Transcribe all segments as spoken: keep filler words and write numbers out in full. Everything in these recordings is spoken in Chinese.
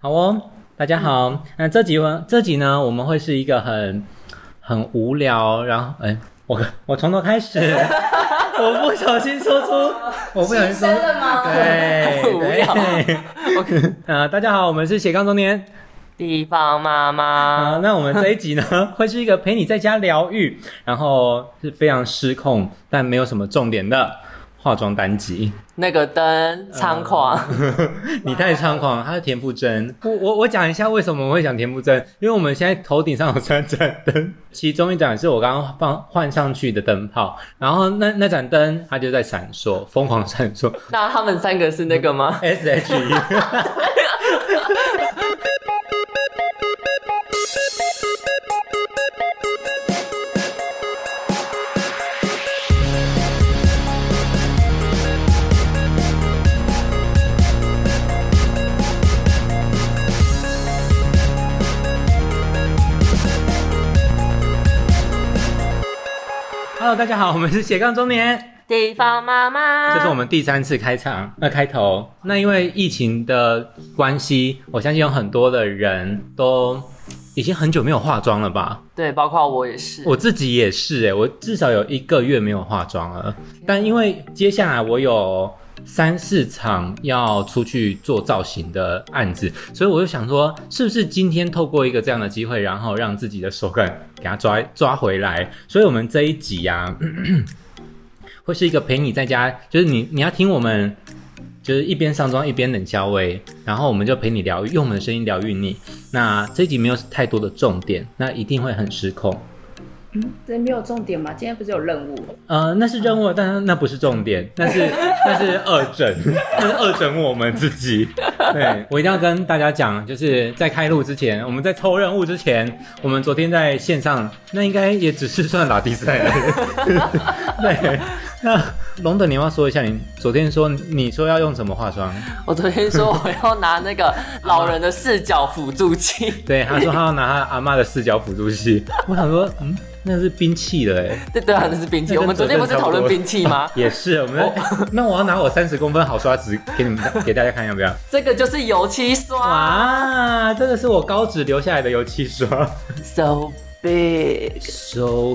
好哦，大家好。那这集这集呢，我们会是一个很很无聊，然后哎，我我从头开始，我不小心说出，我不小心说，对对 ，OK， 呃，大家好，我们是斜杠中年地方妈妈、 呃。那我们这一集呢，会是一个陪你在家疗愈，然后是非常失控，但没有什么重点的化妆单集。 那个灯猖狂、 呃、你太猖狂，他是田馥甄。我我我讲一下为什么我会讲田馥甄，因为我们现在头顶上有三盏灯，其中一盏是我刚刚放换上去的灯泡，然后那那盏灯它就在闪烁，疯狂闪烁。 那他们三个是那个吗 ？S H E Hello， 大家好，我们是斜杠中年地方妈妈。 这是我们第三次开场，呃，开头。那因为疫情的关系，我相信有很多的人都已经很久没有化妆了吧？ 对，包括我也是， 我自己也是耶，我至少有一个月没有化妆了。但因为接下来我有三四场要出去做造型的案子，所以我就想说，是不是今天透过一个这样的机会，然后让自己的手感给它抓抓回来？所以我们这一集啊，会是一个陪你在家，就是你你要听我们，就是一边上妆一边冷笑味，然后我们就陪你疗愈，用我们的声音疗愈你。那这一集没有太多的重点，那一定会很失控。 嗯，这没有重点嘛？今天不是有任务？ 呃，那是任务，但是那不是重点，那是那是恶整，那是恶整我们自己。对，我一定要跟大家讲，就是在开录之前，我们在抽任务之前，我们昨天在线上，那应该也只是算拉低赛了。对，那龙德，你要不要说一下，你昨天说你说要用什么化妆？ 我昨天说我要拿那个老人的视角辅助器。 对，他说他要拿他阿嬷的视角辅助器。我想说，嗯。那是兵器了哎， 对对啊，那是兵器。我们昨天不是讨论兵器吗？ 也是，我们、哦、那我要拿我三十公分好刷子给你们给大家看，要不要？ 这个就是油漆刷。 哇，这个是我高职留下来的油漆刷 ，so big, so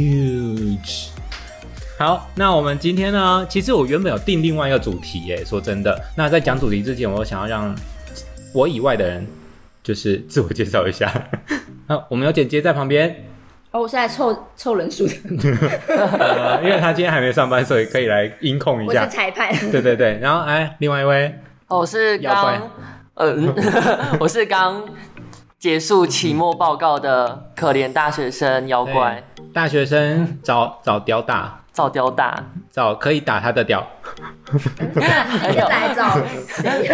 huge。好，那我们今天呢？其实我原本有定另外一个主题耶，说真的。那在讲主题之前，我想要让我以外的人就是自我介绍一下。好，我们有剪接在旁边。 哦，我是来凑凑人数的、 呃，因为他今天还没上班，所以可以来音控一下。 我是裁判。 对对对，然后哎，另外一位， 哦、我是刚，嗯、呃，我是刚结束期末报告的可怜大学生妖怪。 大学生找找屌打， 找屌打， 找可以打他的屌。 还有来找谁？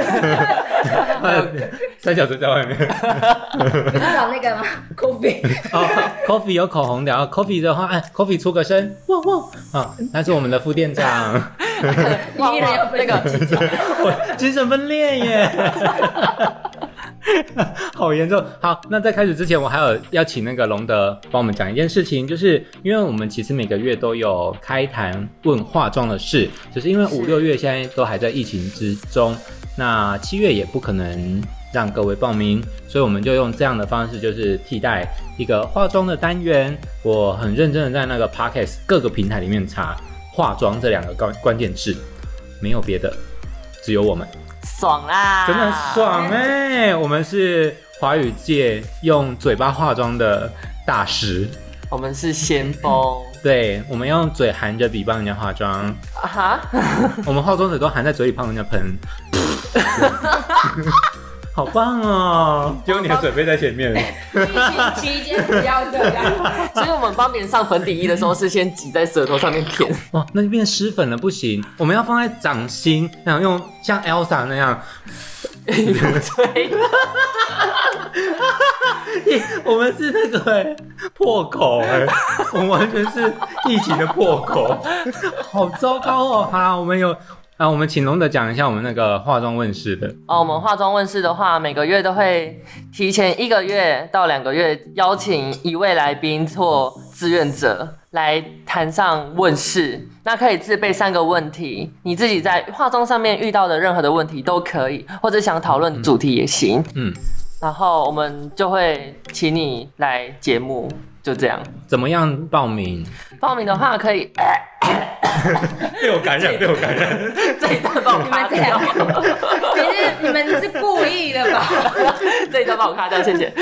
三小时在外面。 不是找那个吗 ？Coffee。 哦 ，Coffee 有口红屌 ，Coffee 的话，哎 ，Coffee 出个声，哇哇啊，他是我们的副店长。 你一人要那个我精神分裂耶。好严重。好，那在开始之前，我还有要请那个龙德帮我们讲一件事情，就是因为我们其实每个月都有开坛问化妆的事，只是因为五六月现在都还在疫情之中，那七月也不可能让各位报名，所以我们就用这样的方式，就是替代一个化妆的单元。我很认真的在那个 Podcast 各个平台里面查化妆这两个关关键字，没有别的，只有我们。 爽啦， 真的很爽哎、欸！我们是华语界用嘴巴化妆的大师， 我们是先锋。 对，我们用嘴含着笔帮人家化妆啊哈，我们化妆水都含在嘴里帮人家喷，好棒哦！结果你的水杯在前面。 疫情期间不要这样。 所以我们帮别人上粉底液的时候是先挤在舌头上面舔。 哇，那就变湿粉了，不行！我们要放在掌心，然后用像 Elsa 那样。 对。 我们是那个、欸、破口哎、欸，我们完全是疫情的破口，好糟糕哦！好啦，我们有。啊，我们请龙德讲一下我们那个化妆问世的哦。我们化妆问世的话，每个月都会提前一个月到两个月邀请一位来宾做志愿者来谈上问世，那可以自备三个问题，你自己在化妆上面遇到的任何的问题都可以，或者想讨论主题也行。嗯，然后我们就会请你来节目，就这样。 怎么样报名？ 报名的话可以。 被我感染，被我感染。 这一段帮我卡掉。 可是你们是故意的吧？ 这一段帮我卡掉，谢谢。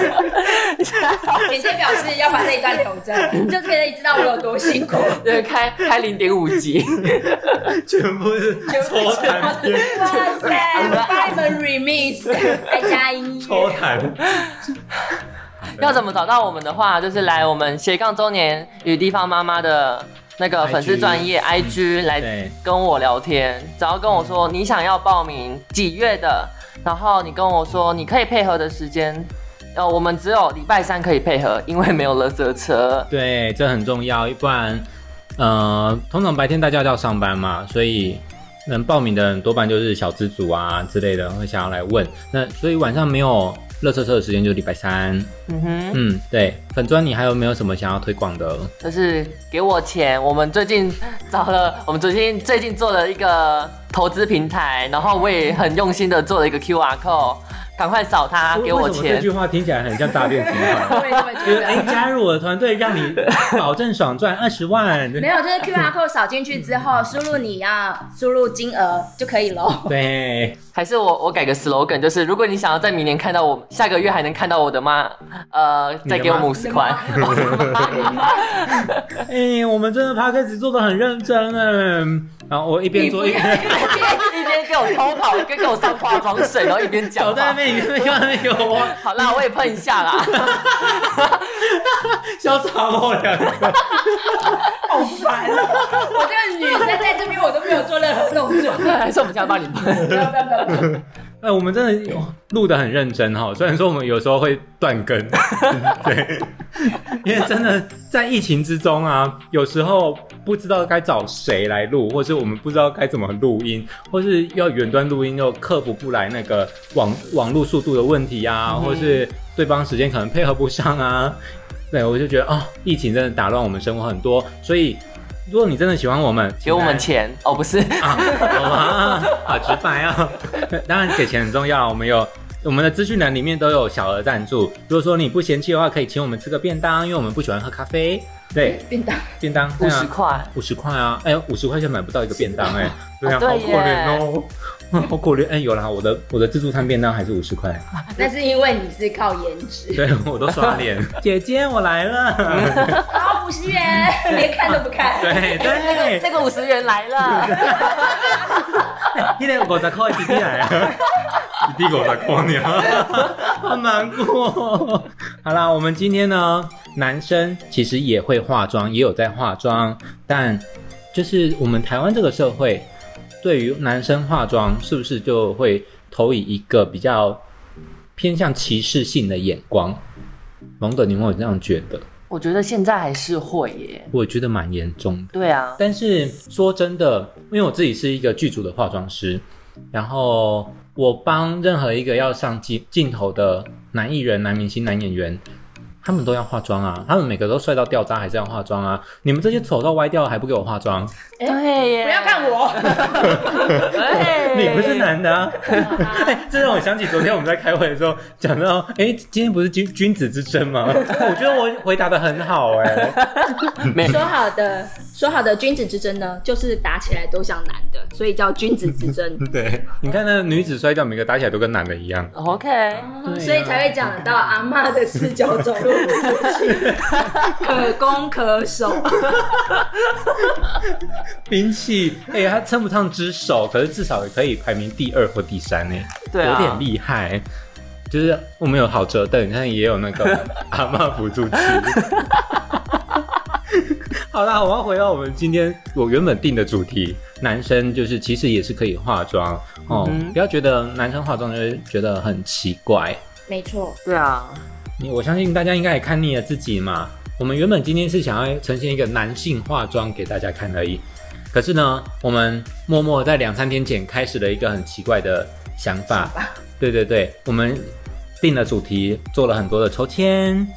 简介表示要把这一段留着，就可以知道我有多辛苦。 对，开开零点五集， 全部是抽痰片。 哇塞，帮你们 remix， 再加音乐。 抽痰。 要怎么找到我们的话，就是来我们斜杠周年与地方妈妈的那个粉丝专业 I G 来跟我聊天，只要跟我说你想要报名几月的，然后你跟我说你可以配合的时间，呃，我们只有礼拜三可以配合，因为没有垃圾车。 对，这很重要，不然呃，通常白天大家都要上班嘛，所以能报名的人多半就是小资族啊之类的，会想要来问。那所以晚上没有垃圾车的时间就是礼拜三。嗯哼，嗯，对，粉专你还有没有什么想要推广的？ 就是给我钱，我们最近找了，我们最近最近做了一个投资平台，然后我也很用心的做了一个 Q R code。赶快扫他，给我钱。为什么这句话听起来很像诈骗集团？就是哎，加入我的团队，让你保证爽赚二十万。 没有，就是 Q R code 扫进去之后，输入你要输入金额就可以咯。 对， 还是我我改个 slogan， 就是如果你想要在明年看到我，下个月还能看到我的妈，呃，再给我们五十块。 哎，我们真的 podcast 做得很认真哎。然后我一边做一边一边给我偷跑，一边给我上化妆水，然后一边讲话。 我在那边，你那边那有我。 好啦，我也喷一下啦。 小茶猫两个， 好烦啊！我这个女生在这边我都没有做任何动作， 还是我们现在帮你喷？ 不要不要不要！ 哎，我们真的录得很认真哈，虽然说我们有时候会断更，对，因为真的在疫情之中啊，有时候不知道该找谁来录，或是我们不知道该怎么录音，或是要远端录音又克服不来那个网网络速度的问题啊，嗯、或是对方时间可能配合不上啊，对，我就觉得哦，疫情真的打乱我们生活很多，所以。如果你真的喜欢我们， 给我们钱哦，不是啊，好吧，好直白啊！当然给钱很重要，我们有我们的资讯栏里面都有小额赞助。如果说你不嫌弃的话，可以请我们吃个便当，因为我们不喜欢喝咖啡。对， 便当， 便当五十块， 五十块啊！哎呦，五十块钱买不到一个便当哎、欸，对啊，好可怜哦。好可怜哎，有啦，我的我的自助餐便当还是五十块。 那是因为你是靠颜值。 对，我都刷脸。姐姐，我来了。 好，五十元，连看都不看。 对对， 这个五十元来了。 那个五十块弟弟来啊，弟弟五十块呢，好难过。好啦，我们今天呢，男生其实也会化妆，也有在化妆，但就是我们台湾这个社会。对于男生化妆是不是就会投以一个比较偏向歧视性的眼光？蒙德，你有没有这样觉得？ 我觉得现在还是会耶， 我觉得蛮严重的。 对啊， 但是说真的，因为我自己是一个剧组的化妆师，然后我帮任何一个要上镜镜头的男艺人、男明星、男演员。他们都要化妆啊，他们每个都帅到掉渣，还是要化妆啊。你们这些丑到歪掉还不给我化妆？ 对耶， 不要看我。 你不是男的啊。欸、这让我想起昨天我们在开会的时候讲到，哎、欸，今天不是君君子之争吗？我觉得我回答的很好哎、 欸。说好的说好的君子之争呢，就是打起来都像男的，所以叫君子之争。 对，你看那女子摔跤，每个打起来都跟男的一样。 OK，、 嗯啊、所以才会讲得到阿嬷的四脚走路。可攻可守。 兵器，哎、欸，他称不上之首，可是至少也可以排名第二或第三哎， 对啊， 有点厉害。就是我们有好折凳，但也有那个阿嬷辅助器。好啦，我要回到我们今天我原本定的主题，男生就是其实也是可以化妆哦、嗯，不要觉得男生化妆就会觉得很奇怪。 没错， 对啊。 我相信大家应该也看腻了自己嘛。我们原本今天是想要呈现一个男性化妆给大家看而已，可是呢，我们默默在两三天前开始了一个很奇怪的想法。对对对，我们定了主题，做了很多的抽签，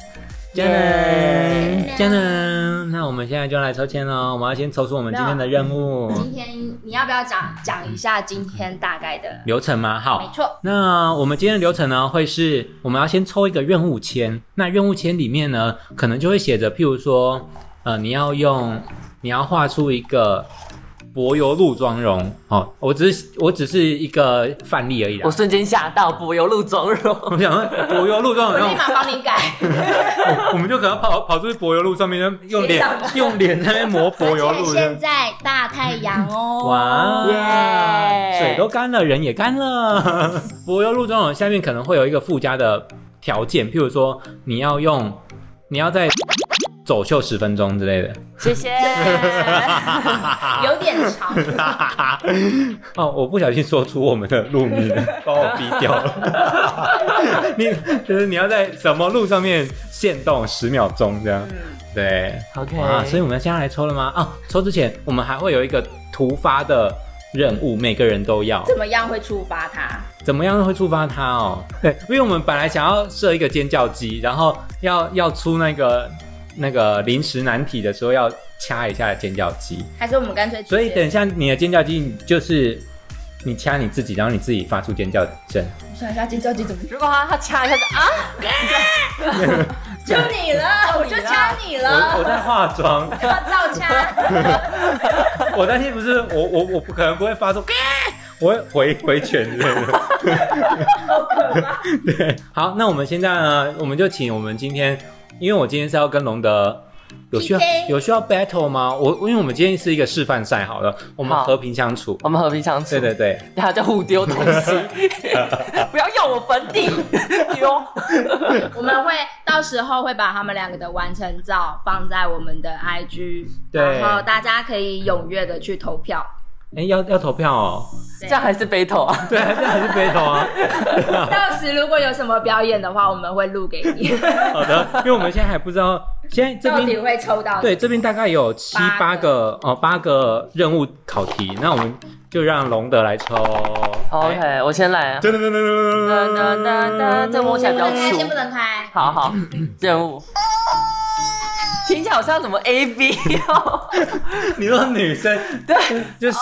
加能加能，那我们现在就来抽签喽。我们要先抽出我们今天的任务。 今天你要不要讲讲一下今天大概的流程吗？好， 没错。 那我们今天的流程呢，会是我们要先抽一个任务签。那任务签里面呢，可能就会写着，譬如说，呃，你要用，你要画出一个柏油路妆容。哦，我只是我只是一个范例而已啦。 我瞬间吓到柏油路妆容， 我想说柏油路妆容， 我立马帮你改。 我们就可能跑跑出去柏油路上面，用脸用脸在那边磨柏油路。 现在大太阳哦， 哇， 耶水都干了，人也干了。柏油路妆容下面可能会有一个附加的条件，譬如说你要用，你要在走秀十分钟之类的。 谢谢。 有点长。 哦，我不小心说出我们的路名了，把我逼掉了。你就是你要在什么路上面限动十秒钟这样。嗯、对 ，OK。 啊，所以我们现在来抽了吗？啊，抽之前我们还会有一个突发的任务，每个人都要。 怎么样会触发它？ 怎么样会触发它哦？对，因为我们本来想要设一个尖叫机，然后要要出那个。那个临时难题的时候要掐一下尖叫机， 还是我们干脆？ 所以等一下你的尖叫机就是你掐你自己，然后你自己发出尖叫声。 我想一下尖叫机怎么？ 如果他他掐一下就啊， 就你了，我就掐你了。 我, 我在化妆， 要照掐。 我担心不是我我我不可能不会发出，我会回回拳之类的。 好可怕。 对，好，那我们现在呢，我们就请我们今天。因为我今天是要跟龙德有需要 P K 有需要 battle 吗？我因为我们今天是一个示范赛，好了，我们和平相处， 我们和平相处。 对对对， 然后就互丢东西，不要用我粉底丢。 我们会到时候会把他们两个的完成照放在我们的 I G， 然后大家可以踊跃的去投票。 哎、欸，要要投票哦， 这样还是 battle 啊？ 对，这样还是 battle 啊。 到时如果有什么表演的话，我们会录给你。 好的，因为我们现在还不知道，现在这边到底会抽到。 对，这边大概有七八个哦，八个任务考题，那我们就让龙德来抽。 OK，、欸、我先来啊。噔噔噔噔噔噔噔噔，这摸起来比较粗。 先不能开。 好好，任务。听起来好像什么 A V 哦？ 你说女生对， 就死。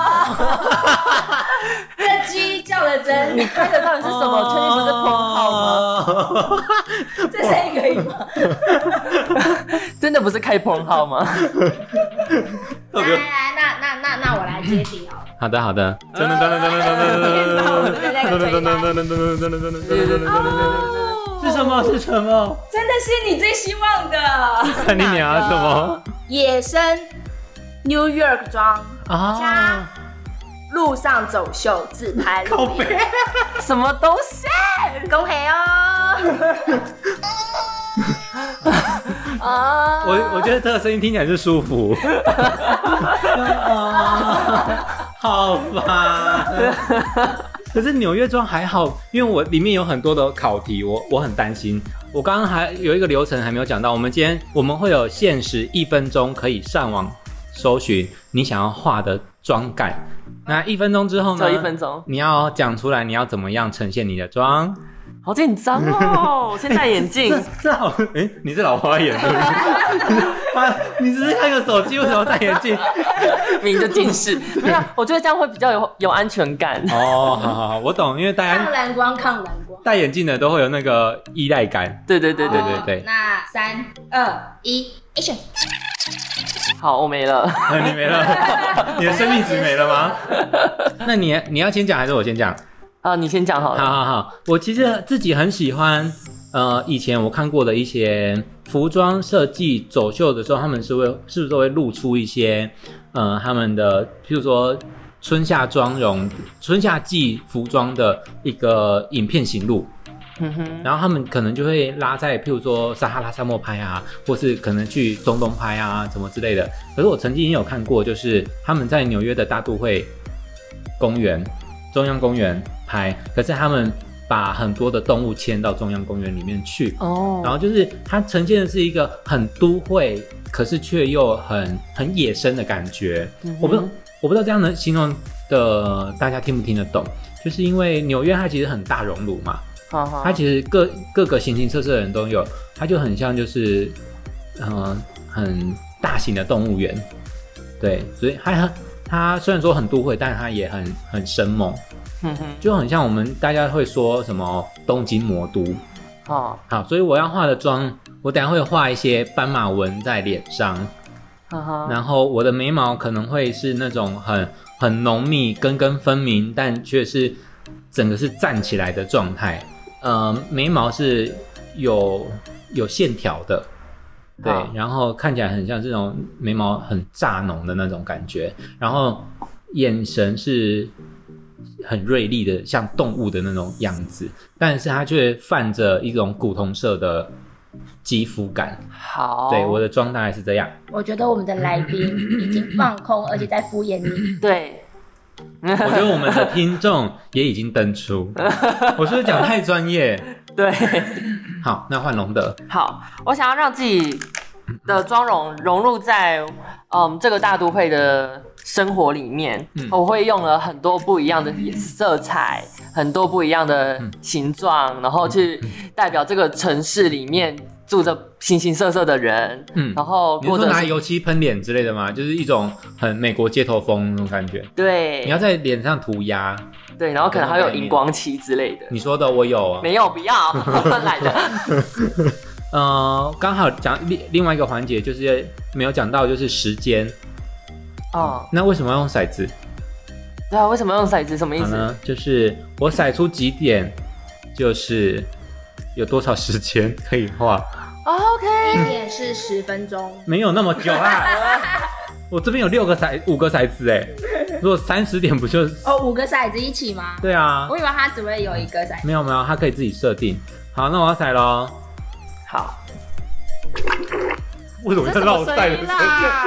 这鸡叫的真， 你开的到底是什么？确定不是封号吗？ 这声音可以吗？ 真的不是开封号吗？ 来来来，那那那那我来接题好了。 好的好的。噔噔噔噔噔噔噔噔噔噔噔噔。是什么？是什么？ 真的是你最希望的。 看你娘什么？ 野生 New York 装啊， 加路上走秀自拍录影， 什么东西？ 恭喜哦！ 啊，我我觉得这个声音听起来是舒服。好吧。可是纽约装还好，因为我里面有很多的考题，我我很担心。我刚刚还有一个流程还没有讲到，我们今天我们会有限时一分钟可以上网搜寻你想要画的妆感。那一分钟之后呢？ 就一分钟， 你要讲出来，你要怎么样呈现你的妆？ 好紧张哦！我先戴眼镜。 这这好，哎、欸，你是老花眼对不对？你只是看个手机，为什么戴眼镜？ 明明就近视。没有，我觉得这样会比较有有安全感。 哦，好好好，我懂，因为大家抗蓝光，抗蓝光， 戴眼镜的都会有那个依赖感。 对对对对对对对。 那三二一 ，action！ 好，我没了。 你没了？你的生命值没了吗？那你你要先讲还是我先讲？ 啊，你先讲好了。 好好好，我其实自己很喜欢，呃，以前我看过的一些服装设计走秀的时候，他们是会是不是都会露出一些，呃，他们的，譬如说春夏妆容、春夏季服装的一个影片型录。嗯哼，然后他们可能就会拉在，譬如说撒哈拉沙漠拍啊，或是可能去中东拍啊，什么之类的。可是我曾经也有看过，就是他们在纽约的大都会公园、中央公园拍，可是他们把很多的动物牵到中央公园里面去。哦，然后就是它呈现的是一个很都会，可是却又很很野生的感觉。嗯、我不我不知道这样的形容的大家听不听得懂？就是因为纽约它其实很大熔炉嘛。 Uh-huh. 它其实各各个形形色色的人都有，它就很像就是呃很大型的动物园，对，所以它它虽然说很都会，但它也很很生猛，嗯哼，就很像我们大家会说什么东京魔都。 哦， 好，所以我要画的妆，我等一下会画一些斑马纹在脸上， uh-huh. 然后我的眉毛可能会是那种很很浓密、根根分明，但却是整个是站起来的状态。呃，眉毛是有有线条的，对， 好， 然后看起来很像这种眉毛很炸浓的那种感觉，然后眼神是很锐利的，像动物的那种样子，但是它却泛着一种古铜色的肌肤感。 好， 对，我的妆大概是这样。 我觉得我们的来宾已经放空，而且在敷衍你。 对。 我觉得我们的听众也已经登出，我是不是讲太专业？ 对， 好，那换龙德。 好，我想要让自己的妆容融入在嗯这个大都会的生活里面，嗯、我会用了很多不一样的色彩，很多不一样的形状，嗯、然后去代表这个城市里面住着形形色色的人，嗯，然后你说拿油漆喷脸之类的吗？就是一种很美国街头风那种感觉。 对， 你要在脸上涂鸦。 对，然后可能还有荧光漆之类的。 你说的我有啊？ 没有，不要乱来的。 呃，刚好讲另另外一个环节，就是没有讲到，就是时间。哦，那为什么要用骰子？ 对啊，为什么要用骰子？什么意思呢？就是我骰出几点，就是有多少时间可以画。 OK， 一点是十分钟， 没有那么久啦。我这边有六个骰，五个骰子哎。如果三十点不就哦五个骰子一起吗？ 对啊， 我以为它只会有一个骰子。 没有没有，它可以自己设定。好，那我要骰咯。 好。 为什么要绕赛的声音？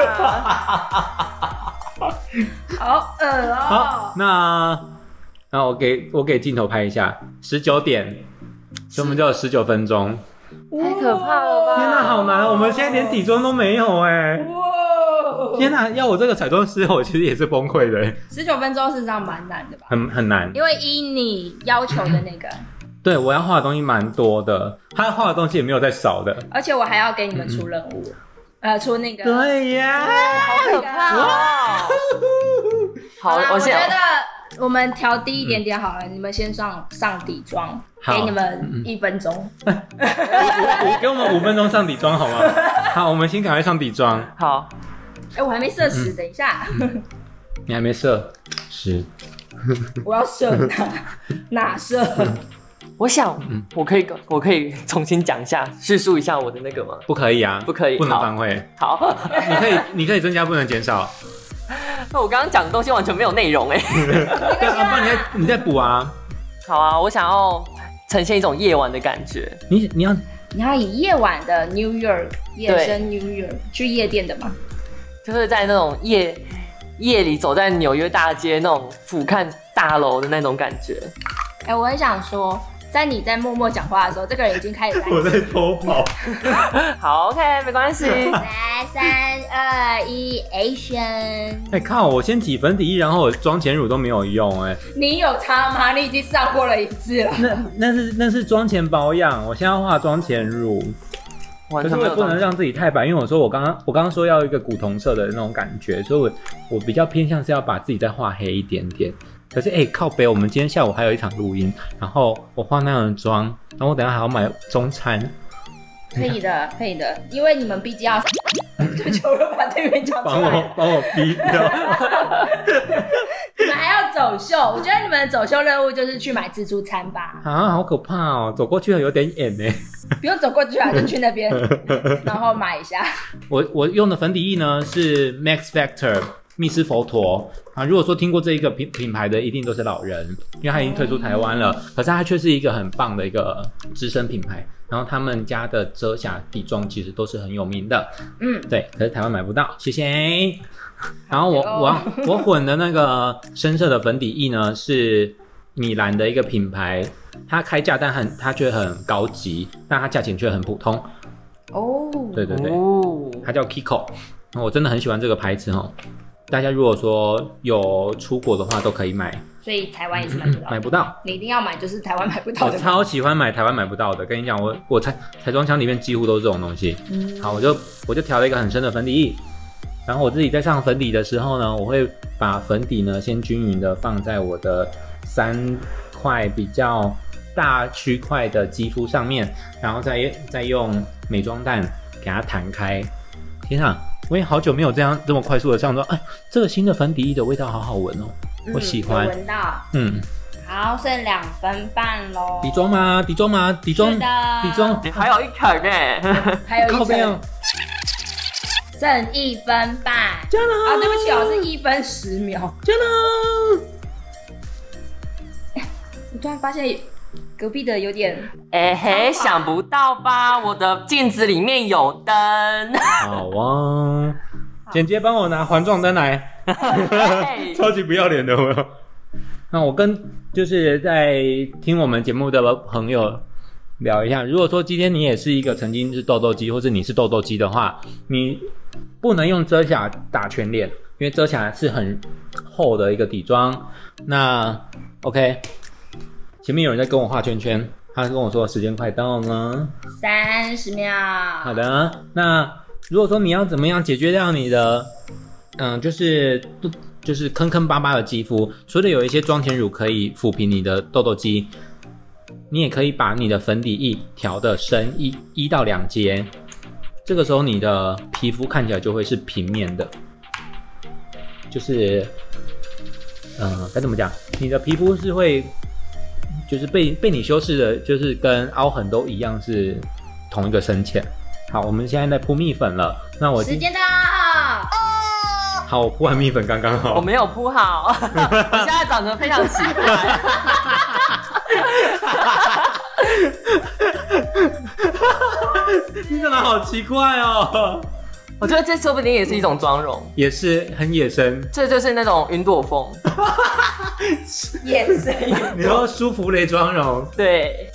好恶哦、喔！ 好，那那我给我给镜头拍一下，十九点，所以我们就有十九分钟。 太可怕了吧！ 天哪，好难！我们现在连底妆都没有哎、欸！天哪，要我这个彩妆师，我其实也是崩溃的、欸。 十九分钟事实上蛮难的吧？ 很很难， 因为依你要求的那个。 对，我要画的东西蛮多的，他画的东西也没有在少的， 而且我还要给你们出任务，嗯、呃，出那个。 对呀， 好可怕哦！好，我我觉得我们调低一点点好了，嗯、你们先上上底妆，给你们一分钟。 嗯、给我们五分钟上底妆好吗？好，我们先赶快上底妆。 好。 哎、欸，我还没设十、嗯，等一下。 你还没设十？ 我要设哪哪设？ 我想，嗯、我可以，我可以重新讲一下，叙述一下我的那个吗？ 不可以啊， 不可以， 不能反悔。 好， 你可以，你可以增加，不能减少。 那我刚刚讲的东西完全没有内容哎。 对啊，不然你再你再补啊。 好啊，我想要呈现一种夜晚的感觉。 你你要你要以夜晚的 New York 夜深 New York 去夜店的吗？ 就是在那种夜夜里走在纽约大街那种俯瞰大楼的那种感觉。 哎、欸，我很想说，在你在默默讲话的时候，这个人已经开始我在偷跑。 好 ，OK， 没关系。 来，三二一 ，Action！ 哎、欸、靠！我先挤粉底液，然后我妆前乳都没有用、欸，哎。 你有擦吗？你已经上过了一次了。 那那是那是妆前保养，我现在要化妆前乳。可是我不能让自己太白，因为我说我刚刚我刚刚说要一个古铜色的那种感觉，所以我我比较偏向是要把自己再画黑一点点。可是哎、欸，靠北，我们今天下午还有一场录音，然后我化那样的妆，然后我等一下还要买中餐。 可以的，可以的，因为你们毕竟要，对，就会把对面讲出来。 帮我帮我逼掉。 你们还要走秀，我觉得你们的走秀任务就是去买自助餐吧。 啊，好可怕哦，走过去有点远呢。 不用走过去啊，就去那边，然后买一下。 我我用的粉底液呢是 Max Factor 蜜丝佛陀啊。如果说听过这一个品品牌的，一定都是老人，因为它已经退出台湾了。可是它却是一个很棒的一个资深品牌。然后他们家的遮瑕底妆其实都是很有名的，嗯，对。可是台湾买不到，谢谢。然后我我我混的那个深色的粉底液呢是米兰的一个品牌。它开价，但很它却很高级，但它价钱却很普通。哦，对对对，哦、它叫 Kiko。我真的很喜欢这个牌子哦。 大家如果说有出国的话，都可以买。 所以台湾也是买不到、嗯， 买不到。 你一定要买，就是台湾买不到的。 我超喜欢买台湾买不到的，跟你讲，我我彩彩妆枪里面几乎都是这种东西。嗯，好，我就我就调了一个很深的粉底液，然后我自己在上粉底的时候呢，我会把粉底呢先均匀的放在我的三块比较大区块的肌肤上面，然后再再用美妆蛋给它弹开。天啊，我也好久没有这样这么快速的上妆，哎，这个新的粉底液的味道好好闻哦。我喜欢， 闻到， 嗯， 好，剩两分半喽。 底妆吗？底妆吗？底妆，底妆， 你还有一层呢， 还有一层，剩一分半。 加了啊，对不起哦，是一分十秒。 加了， 我突然发现隔壁的有点， 哎嘿，想不到吧？我的镜子里面有灯。 好啊。剪接帮我拿环状灯来，超级不要脸的我。那我跟就是在听我们节目的朋友聊一下，如果说今天你也是一个曾经是痘痘肌，或是你是痘痘肌的话，你不能用遮瑕打全脸，因为遮瑕是很厚的一个底妆。那 OK， 前面有人在跟我画圈圈，他跟我说时间快到了， 三十秒。 好的，那。如果说你要怎么样解决掉你的，嗯，就是就是坑坑巴巴的肌肤，除了有一些妆前乳可以抚平你的痘痘肌，你也可以把你的粉底液调的深一一到两阶，这个时候你的皮肤看起来就会是平面的，就是，嗯，该怎么讲？你的皮肤是会，就是被被你修饰的，就是跟凹痕都一样是同一个深浅。好，我们现在在铺蜜粉了。那我时间到。 好，我铺完蜜粉刚刚好。 我没有铺好，我现在长得非常奇怪。 你长得好奇怪哦。 我觉得这说不定也是一种妆容， 也是很野生。 这就是那种云朵风。 野生。 你说舒芙蕾妆容？ 对。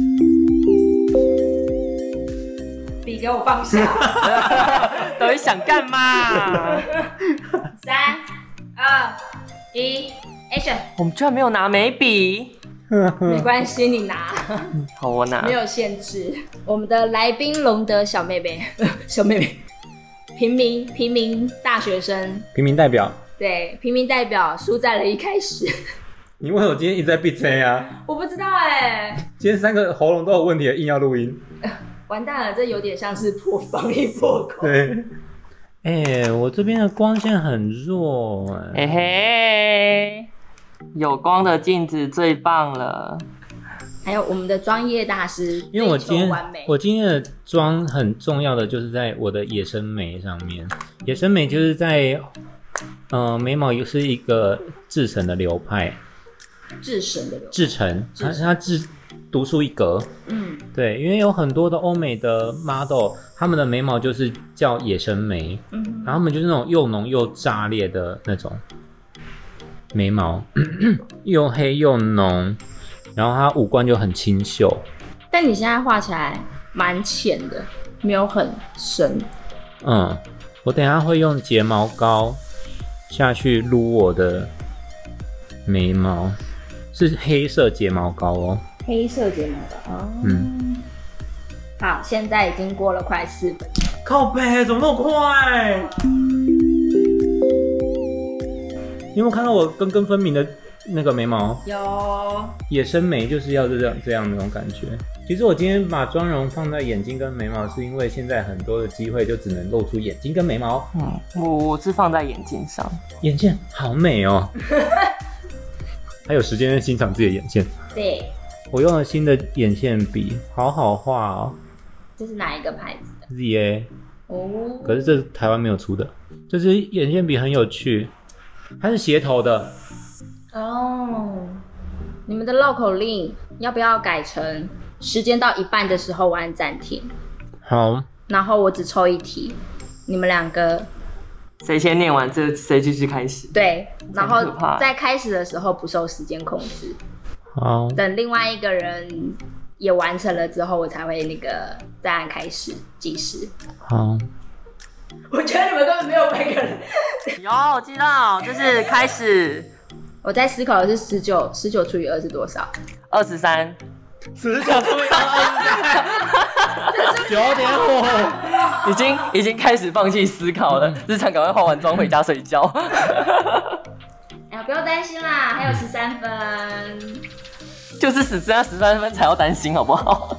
笔给我放下。 到底想干嘛？ 三、二、一 ，Action！ 我们居然没有拿眉笔。 没关系，你拿。 好，我拿。 没有限制。我们的来宾龙德小妹妹，小妹妹，平民平民大学生， 平民代表。 对，平民代表输在了一开始。 你为什么今天一直在闭嘴啊？ 我不知道哎、欸。 今天三个喉咙都有问题了，硬要录音。 完蛋了，这有点像是破防疫破口。 对，哎、欸，我这边的光线很弱、欸， 哎、欸、嘿，有光的镜子最棒了。 还有我们的专业大师， 因为我今天我今天的妆很重要的就是在我的野生眉上面，野生眉就是在，呃，眉毛是一个制成的流派， 制成的流派， 制成，它它制。独树一格，嗯，对，因为有很多的欧美的 model， 他们的眉毛就是叫野生眉，嗯，然后他们就是那种又浓又炸裂的那种眉毛，又黑又浓，然后它五官就很清秀。 但你现在画起来蛮浅的，没有很深。 嗯，我等一下会用睫毛膏下去撸我的眉毛，是黑色睫毛膏哦。 黑色睫毛膏哦，嗯，好，现在已经过了快四分钟。 靠北，怎么那么快？你有没有看到我根根分明的那个眉毛？ 有。 野生眉就是要这样这样那种感觉。其实我今天把妆容放在眼睛跟眉毛，是因为现在很多的机会就只能露出眼睛跟眉毛。 嗯，我我是放在眼睛上。 眼线好美哦。还有时间欣赏自己的眼线。 对。 我用了新的眼线笔，好好画哦。 这是哪一个牌子的 ？Z A。 哦。 可是这台湾没有出的。这支眼线笔很有趣，它是斜头的。 哦。你们的绕口令要不要改成时间到一半的时候我按暂停？ 好。 然后我只抽一题，你们两个谁先念完，这谁继续开始。 对，然后在开始的时候不受时间控制。 好， 等另外一个人也完成了之后，我才会那个再按开始计时。 好， 我觉得你们根本没有每个人。 有，我知道，就是开始。 我在思考的是十九，十九除以二是多少？ 二十三。 十九除以二十三，九点五。 已经已经开始放弃思考了，日常赶快化完妆回家睡觉。 哎呀，不用担心啦，还有十三分。 就是只剩下十三分才要担心，好不好？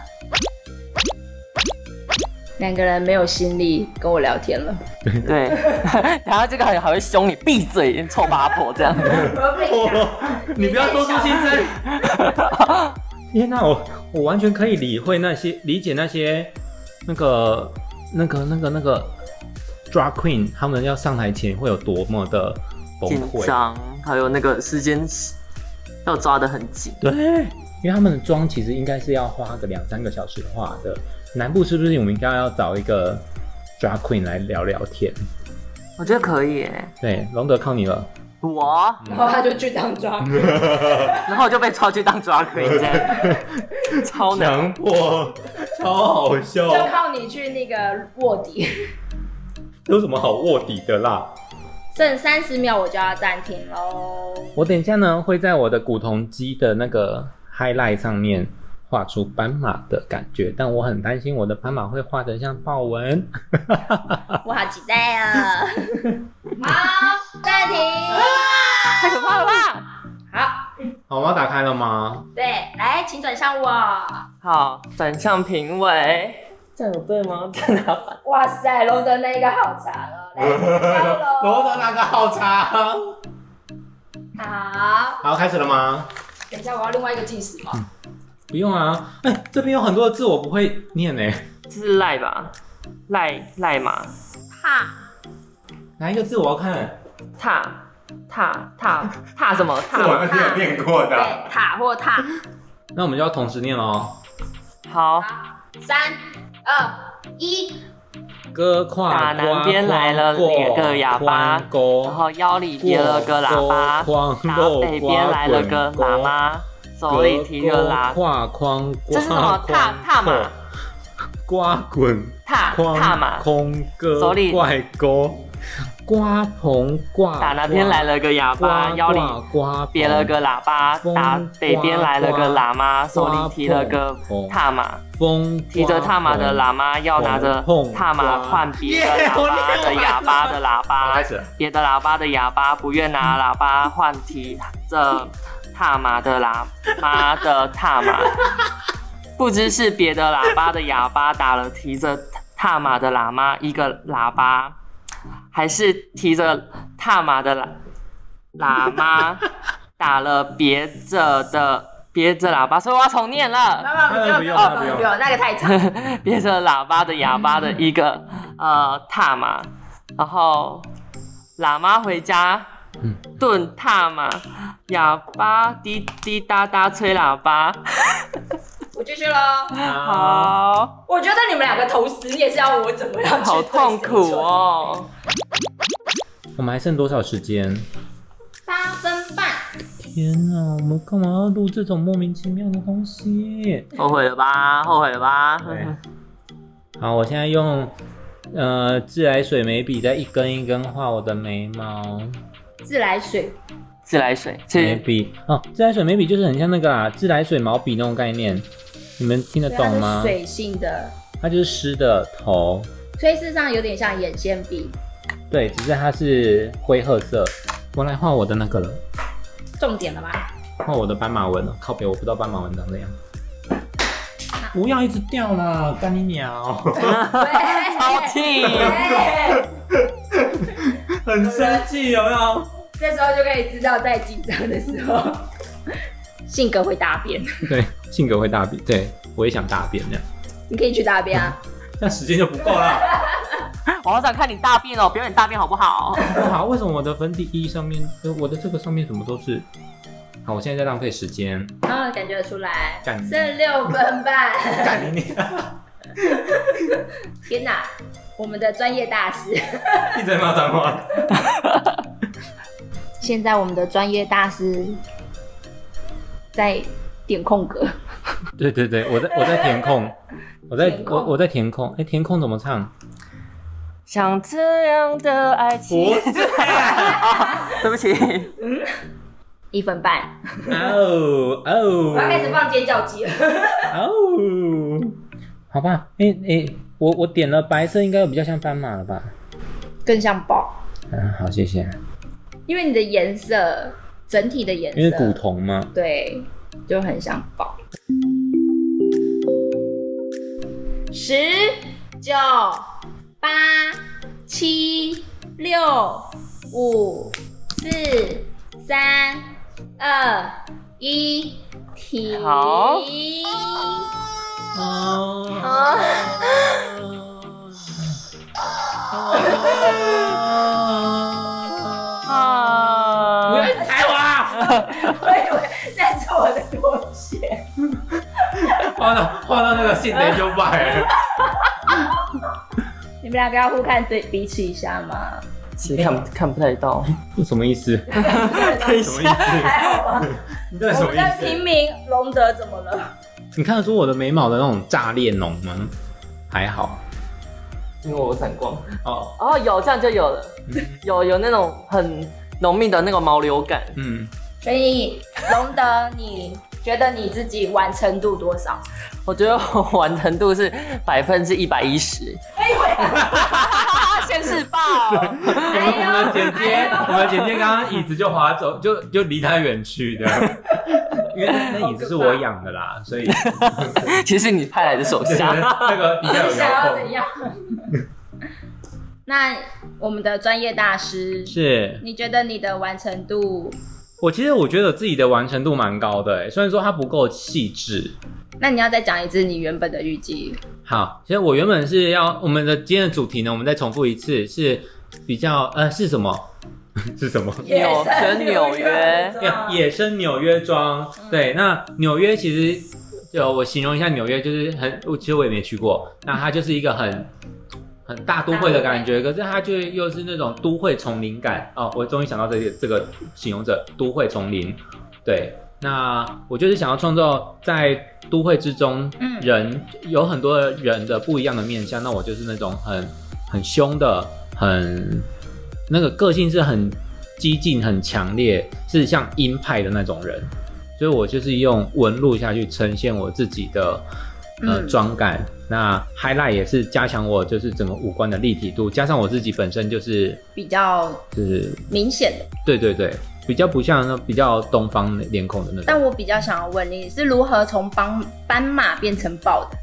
两个人没有心力跟我聊天了。 对，然后这个还还会凶你，闭嘴，臭八婆这样。 你不要说出心声。天哪，我我完全可以理会那些理解那些那个那个那个那个 drag queen 他们要上台前会有多么的崩紧溃， 张，还有那个时间要抓得很紧。 对，因为他们的妆其实应该是要花个两三个小时画的。南部是不是我们应该要找一个 drag queen 来聊聊天？ 我觉得可以耶。 对，龙德靠你了。 我， 然后他就去当 drag queen， 然后我就被抓去当 drag queen，这样超难。 强迫，超好笑。 就靠你去那个卧底。 有什么好卧底的啦？ 剩三十秒我就要暂停喽。 我等一下呢会在我的古铜机的那个 highlight 上面画出斑马的感觉，但我很担心我的斑马会画得像豹纹。 我好期待啊！好，暂停。 太可怕了吧！ 好， 好猫打开了吗？ 对，来，请转向我。 好，转向评委，这样有对吗？真的好。 哇塞，龙德那个好长哦，来，加油！ 罗德那个好长。 好， 好，开始了吗？ 等一下，我要另外一个计时吗？ 嗯不用啊，哎、欸，这边有很多的字我不会念呢。 这是赖吧？赖赖马。 踏。 哪一个字我要看？ 踏踏踏踏什么？踏。 我那天有念过的。 对，踏或踏。 那我们就要同时念咯。 好。 三二一。 歌胯打南边来了两个哑巴，然后腰里别了个喇叭。打北边来了个喇嘛。手里提着喇叭，这是什么？踏踏马， 刮滚， 踏踏马， 空歌，手里怪钩，刮棚挂。 打南边来了个哑巴，腰里别了个喇叭。打北边来了个喇嘛，手里提了个踏马。提着踏马的喇嘛要拿着踏马换别的喇叭的哑巴的喇叭。别的喇叭的哑巴不愿拿喇叭换提着踏马的喇嘛的踏马，不知是别的喇叭的哑巴打了提着踏马的喇嘛一个喇叭，还是提着踏马的喇喇嘛打了别着的别着喇叭，所以我要重念了。 不用不用不用不用，那个太长。 别着喇叭的哑巴的一个呃踏马，然后喇嘛回家。顿踏马，哑巴滴滴答答吹喇叭。 我继续喽。 好， 我觉得你们两个同时，你也是要我怎么样去？ 好痛苦哦。 我们还剩多少时间？ 八分半。 天哪，我们干嘛要录这种莫名其妙的东西？ 后悔了吧？后悔了吧？ 对。好，我现在用呃自来水眉笔在一根一根画我的眉毛。 自来水， 自来水眉笔哦，自来水眉笔就是很像那个啊，自来水毛笔那种概念，你们听得懂吗？ 水性的， 它就是湿的头， 所以事实上有点像眼线笔。 对，只是它是灰褐色。我来画我的那个了， 重点了吧？ 画我的斑马纹了，靠北，我不知道斑马纹长怎样。不要一直掉啦，干你鸟！ 超气！ 很生气，有没有？ 这时候就可以知道，在紧张的时候，性格会大变。 对，性格会大变。对，我也想大便这样。 你可以去大便啊， 但时间就不够了。 我好想看你大便哦，表演大便好不好？ 不好，为什么我的粉底液上面，我的这个上面怎么都是？好，我现在在浪费时间。 啊，感觉得出来。剩六分半。 干你！ 天哪！我们的专业大师一直在骂脏话。 现在我们的专业大师在点空格。 对对对，我在我在填空，我在我我在填空。哎、欸，填空怎么唱？ 像这样的爱情。 不是、啊， 对不起。 嗯，一分半。 哦哦， 我要开始放尖叫鸡了。 哦，好吧，诶、欸、诶、欸，我我点了白色，应该比较像斑马了吧？ 更像豹。 嗯，好，谢谢。 因为你的颜色，整体的颜色， 因为古铜嘛， 对，就很像豹。十、九、八、七、六、五、四、三、二、一，停。 好。 哦。 啊！ 不要踩我啊！ 我以为那是我的拖鞋。 画到画到那个性能就败了。 你们两个要互看对彼此一下吗？ 其实看看不太到， 什么意思？ 等一下， 还好吧？ 你这什么意思？ 我们的平民隆德怎么了？ 你看得出我的眉毛的那种炸裂浓吗？还好， 因为我有散光。 哦哦，有这样就有了，有有那种很浓密的那个毛流感。 嗯， 所以隆德，你觉得你自己完成度多少？ 我觉得我完成度是百分之一百一十。 哎呦， 先试爆！ 我们的剪接，我们的剪接刚刚椅子就滑走，就就离他远去的，因为那椅子是我养的啦，所以其实你派来的手下， 那个比较有想要遥怎样？那我们的专业大师是， 你觉得你的完成度？ 我其实我觉得自己的完成度蛮高的诶，虽然说它不够细致。 那你要再讲一次你原本的预计。 好，其实我原本是要我们的今天的主题呢，我们再重复一次，是比较呃是什么？是什么？ 纽跟纽约， 野生纽约庄。嗯、对，那纽约其实就我形容一下，纽约就是很，其实我也没去过，那它就是一个很。很大都会的感觉，可是它就又是那种都会丛林感哦。我终于想到这个这个形容者，都会丛林。对，那我就是想要创造在都会之中，嗯、人有很多人的不一样的面向。那我就是那种很很凶的，很那个个性是很激进、很强烈，是像鹰派的那种人。所以我就是用纹路下去呈现我自己的。呃，妆感，那 highlight 也是加强我就是整个五官的立体度，加上我自己本身就是比较就是明显的， 对对对，比较不像那比较东方脸孔的那种。 但我比较想要问你是如何从斑斑马变成豹的？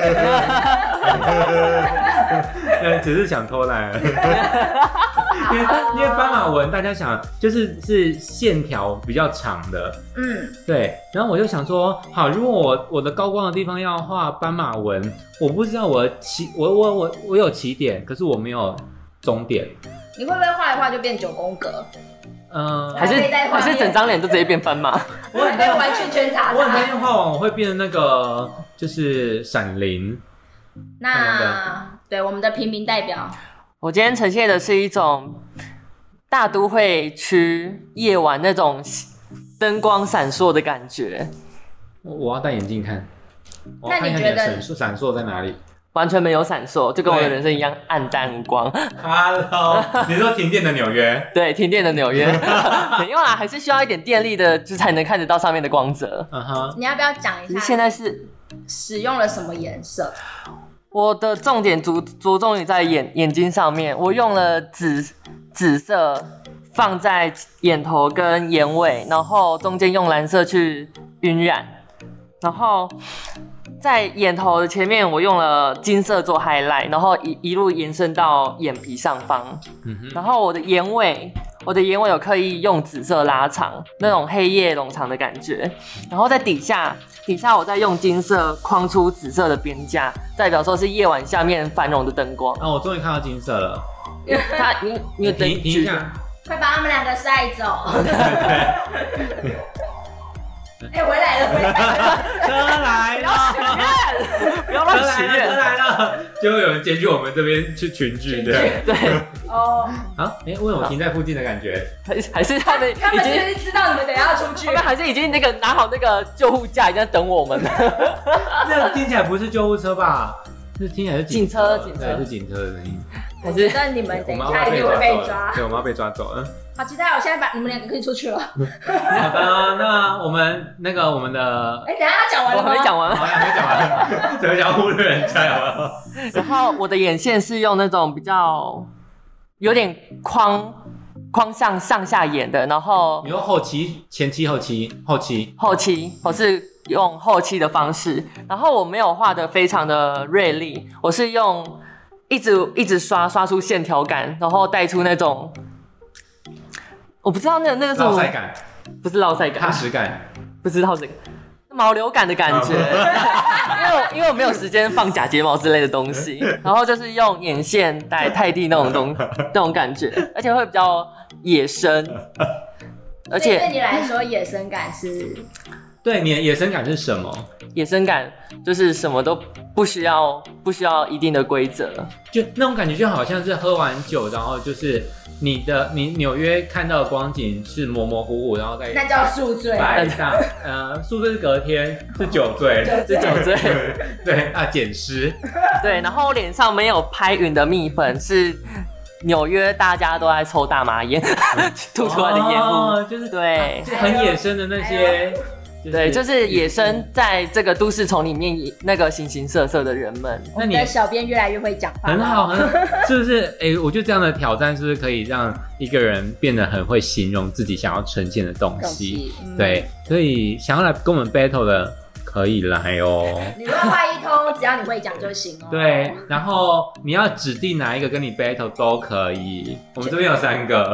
只是想偷懒了。因为因为斑马纹，大家想就是是线条比较长的，嗯，对。然后我就想说，好，如果我我的高光的地方要画斑马纹，我不知道我起我我我我有起点，可是我没有终点。 你会不会画一画就变九宫格？ 嗯，还是还是整张脸都直接变斑马？ 我很担完全全查。 我很担心画完我会变成那个就是闪灵。 那对我们的平民代表。 我今天呈现的是一种大都会区夜晚那种灯光闪烁的感觉。 我要戴眼镜看，我要看一下你的闪烁闪烁在哪里？ 完全没有闪烁，就跟我的人生一样暗淡无光。 Hello， 你说停电的纽约？ 对，停电的纽约。没有啦，还是需要一点电力的，就才能看得到上面的光泽。 嗯哼，你要不要讲一下？ 现在是使用了什么颜色？ 我的重点着着重于在眼眼睛上面，我用了紫紫色放在眼头跟眼尾，然后中间用蓝色去晕染，然后在眼头的前面我用了金色做 highlight， 然后一一路延伸到眼皮上方，嗯、然后我的眼尾。我的眼尾有刻意用紫色拉长，那种黑夜冗长的感觉，然后在底下，底下我再用金色框出紫色的边架，代表说是夜晚下面繁荣的灯光。 啊，我终于看到金色了。 它，你你有灯停停一下， 快把他们两个晒走。哎、欸，回来了，回来了， 车来了， 不要乱许愿， 车来了，就会有人检举我们这边去群聚的。 对， 哦， 啊，哎、欸，为什么停在附近的感觉？ 还还是他们已经他们是知道你们等一下要出去， 他们还是已经那个拿好那个救护架，已经在等我们了。 那听起来不是救护车吧？是听起来是警车，警车对，是警车的声音。 我觉得你们等一下一定会被抓， 对，我们要被抓走了。 好期待哦！现在把你们两个可以出去了。好的，那我们那个我们的， 哎、欸，等一下讲完了吗？ 我还没讲完， 还没讲完，怎么想忽略人家有没有？ 然后我的眼线是用那种比较有点框框向上下眼的，然后你用后期、前期、后期、后期、 后期，我是用后期的方式，然后我没有画的非常的锐利，我是用一直一直刷刷出线条感，然后带出那种。我不知道那那个是什么， 烙赛感， 不是烙赛感， 踏实感， 不是踏实感，毛流感的感觉。因为我因为我没有时间放假睫毛之类的东西，然后就是用眼线带泰蒂那种东那种感觉，而且会比较野生，而且对你来说野生感是。 对，你的野生感是什么？ 野生感就是什么都不需要，不需要一定的规则， 就那种感觉就好像是喝完酒，然后就是你的你纽约看到的光景是模模糊糊，然后再那叫宿醉。 白大呃，宿醉是隔天，是酒醉， 是酒醉， 对啊，捡尸。 对，然后我脸上没有拍匀的蜜粉是。纽约大家都在抽大麻烟，吐出来的烟雾， 哦、就是对， 就很野生的那些， 就是、对，就是野生在这个都市丛里面那个形形色色的人们。 那你的小编越来越会讲话， 很好，很好，是不是？哎、欸，我觉得这样的挑战是不是可以让一个人变得很会形容自己想要呈现的东西？嗯、对，所以想要来跟我们 battle 的。可以来哦， 你乱画一通，只要你会讲就行哦。 对，然后你要指定哪一个跟你 battle 都可以。我们这边有三个，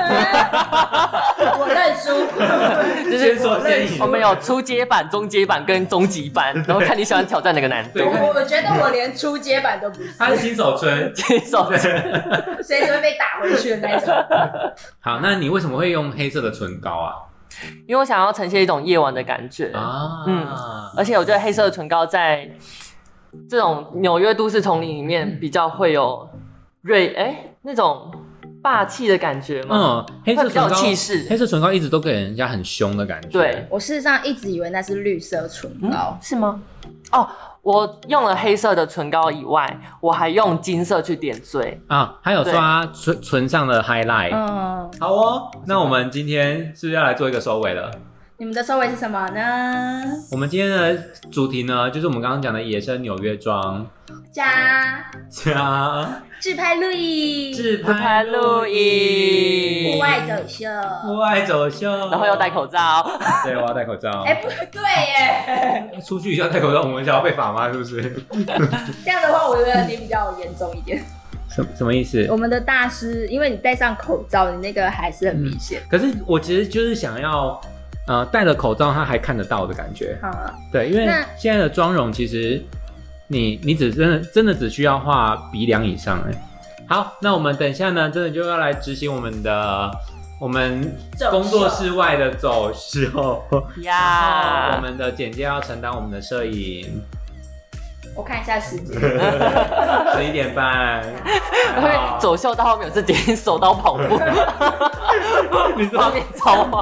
我认输， 就是先说先赢。 我们有初阶版、中阶版跟终极版，然后看你喜欢挑战哪个难度。 我我觉得我连初阶版都不是， 他是新手村， 新手村， 随时会被打回去的那种。 好，那你为什么会用黑色的唇膏啊？ 因为我想要呈现一种夜晚的感觉啊，嗯，而且我觉得黑色的唇膏在这种纽约都市丛林里面比较会有锐哎、欸、那种霸气的感觉嘛， 嗯，黑色唇膏气势， 黑色唇膏一直都给人家很凶的感觉。 对， 我事实上一直以为那是绿色唇膏， 嗯、是吗？哦。我用了黑色的唇膏以外，我还用金色去点缀啊，还有刷唇唇上的 highlight。嗯，好哦，那我们今天是不是要来做一个收尾了？ 你们的收尾是什么呢？ 我们今天的主题呢，就是我们刚刚讲的野生纽约妆加加自拍录影， 自拍录影， 户外走秀， 户外走秀， 然后要戴口罩。对， 我要戴口罩。 哎、欸，不对耶！ 出去要戴口罩，我们想要被罚吗？是不是？ 这样的话，我觉得你比较严重一点。 什什么意思？ 我们的大师，因为你戴上口罩，你那个还是很明显、 嗯。可是我其实就是想要。呃，戴了口罩，他还看得到的感觉。好，对，因为现在的妆容其实你你只真的真的只需要画鼻梁以上哎。好，那我们等一下呢，真的就要来执行我们的我们工作室外的走秀呀。我们的剪接要承担我们的摄影。 我看一下时间， 十一点半。 因为走秀到后面有是点手刀跑步，你画面超好。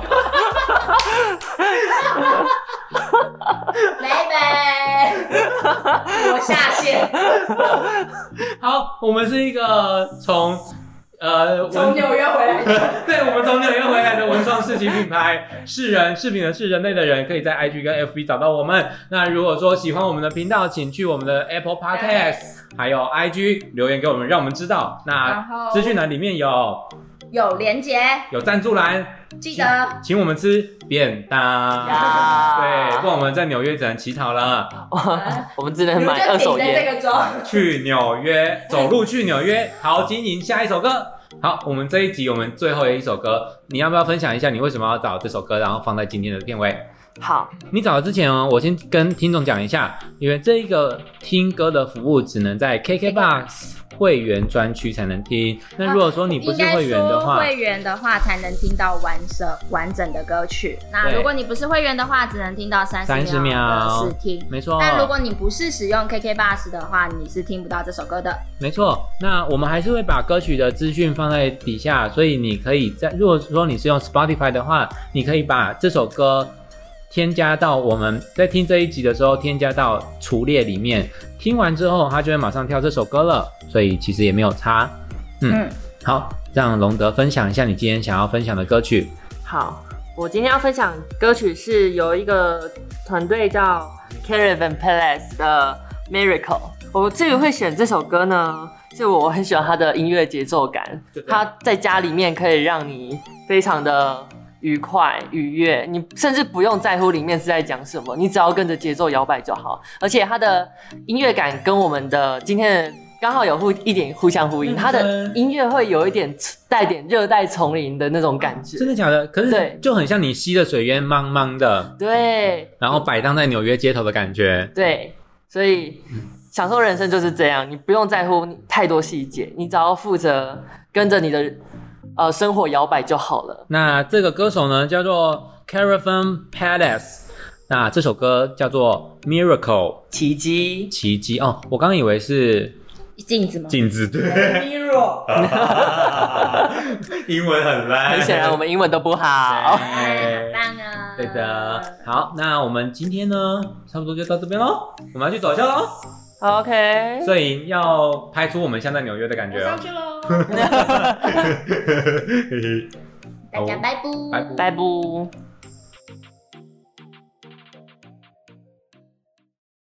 妹妹，我下线。 好，我们是一个从呃从纽约回来的， 对，我们从纽约回来的文创市集品牌，是人饰品的是人类的人，可以在 I G 跟 F B 找到我们。那如果说喜欢我们的频道，请去我们的 Apple Podcast 还有 I G 留言给我们，让我们知道。那资讯栏里面有有连结， 有赞助栏， 记得请我们吃便当。对，不然我们在纽约只能乞讨了。 我们只能买二手烟。 去纽约，走路去纽约，好经营。下一首歌。好，我们这一集我们最后的一首歌，你要不要分享一下你为什么要找这首歌，然后放在今天的片尾？ 好， 你找之前哦，我先跟听众讲一下，因为这一个听歌的服务只能在 K K B O X 会员专区才能听。那如果说你不是会员的话， 会员的话才能听到完整完整的歌曲。那如果你不是会员的话，只能听到三十秒的试听。 没错。 但如果你不是使用 K K B O X 的话，你是听不到这首歌的。 没错。那我们还是会把歌曲的资讯放在底下，所以你可以在如果说你是用 Spotify 的话，你可以把这首歌添加到我们在听这一集的时候，添加到除列里面。听完之后，它就会马上跳这首歌了，所以其实也没有差。 嗯，嗯好，让龙德分享一下你今天想要分享的歌曲。 好，我今天要分享歌曲是由一个团队叫 Caravan Palace 的 Miracle。我至于会选这首歌呢，是我很喜欢它的音乐节奏感，它在家里面可以让你非常的愉快愉悦，你甚至不用在乎里面是在讲什么，你只要跟着节奏摇摆就好。而且它的音乐感跟我们的今天的刚好有互一点互相呼应，它的音乐会有一点带点热带丛林的那种感觉。 真的假的？可是就很像你吸的水烟茫茫的， 对， 然后摆荡在纽约街头的感觉。 对，所以享受人生就是这样，你不用在乎太多细节，你只要负责跟着你的呃生活摇摆就好了。 那这个歌手呢叫做 Caravan Palace， 那这首歌叫做 Miracle， 奇迹， 奇迹哦，我刚以为是镜子吗？ 镜子，对 ，Mirror， 英文很烂， 很显然我们英文都不好， 很棒啊。 对的，好，那我们今天呢差不多就到这边咯，我们要去走一下咯。 OK， 所以要拍出我们像在纽约的感觉哦。 上去喽！大家拜拜， 拜拜。 拜拜。